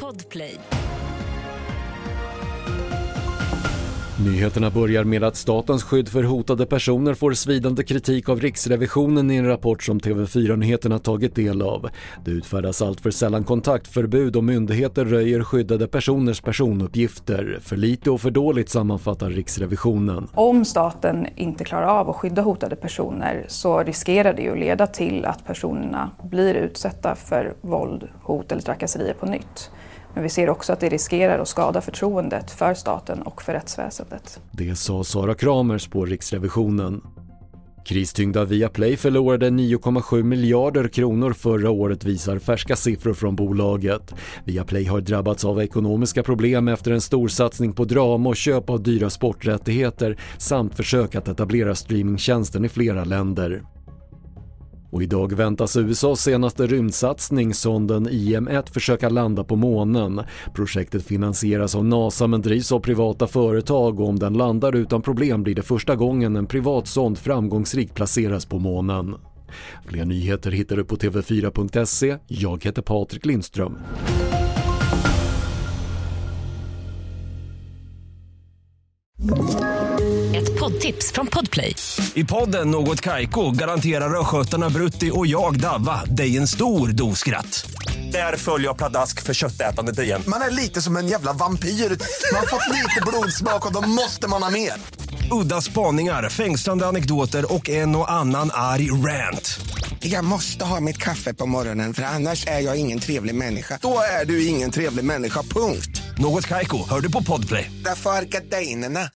Podplay. Nyheterna börjar med att statens skydd för hotade personer får svidande kritik av Riksrevisionen i en rapport som TV4-nyheterna tagit del av. Det utfärdas allt för sällan kontaktförbud och myndigheter röjer skyddade personers personuppgifter. För lite och för dåligt, sammanfattar Riksrevisionen. Om staten inte klarar av att skydda hotade personer så riskerar det ju att leda till att personerna blir utsatta för våld, hot eller trakasserier på nytt. Men vi ser också att det riskerar att skada förtroendet för staten och för rättsväsendet. Det sa Sara Kramers på Riksrevisionen. Kristyngda Viaplay förlorade 9,7 miljarder kronor förra året, visar färska siffror från bolaget. Viaplay har drabbats av ekonomiska problem efter en stor satsning på drama och köp av dyra sporträttigheter samt försök att etablera streamingtjänsten i flera länder. Och idag väntas USAs senaste rymdsatsning, sonden IM-1, försöka landa på månen. Projektet finansieras av NASA men drivs av privata företag, och om den landar utan problem blir det första gången en privat sond framgångsrikt placeras på månen. Fler nyheter hittar du på tv4.se. Jag heter Patrik Lindström. Ett poddtips från Podplay. I podden Något Kaiko garanterar röskötarna Brutti och jag Davva dig en stor doskratt. Där följer jag pladask för köttätandet igen. Man är lite som en jävla vampyr. Man har fått lite blodsmak och då måste man ha mer. Udda spaningar, fängslande anekdoter och en och annan arg rant. Jag måste ha mitt kaffe på morgonen för annars är jag ingen trevlig människa. Då är du ingen trevlig människa, punkt. Något Kaiko, hör du på Podplay. Därför är gardinerna.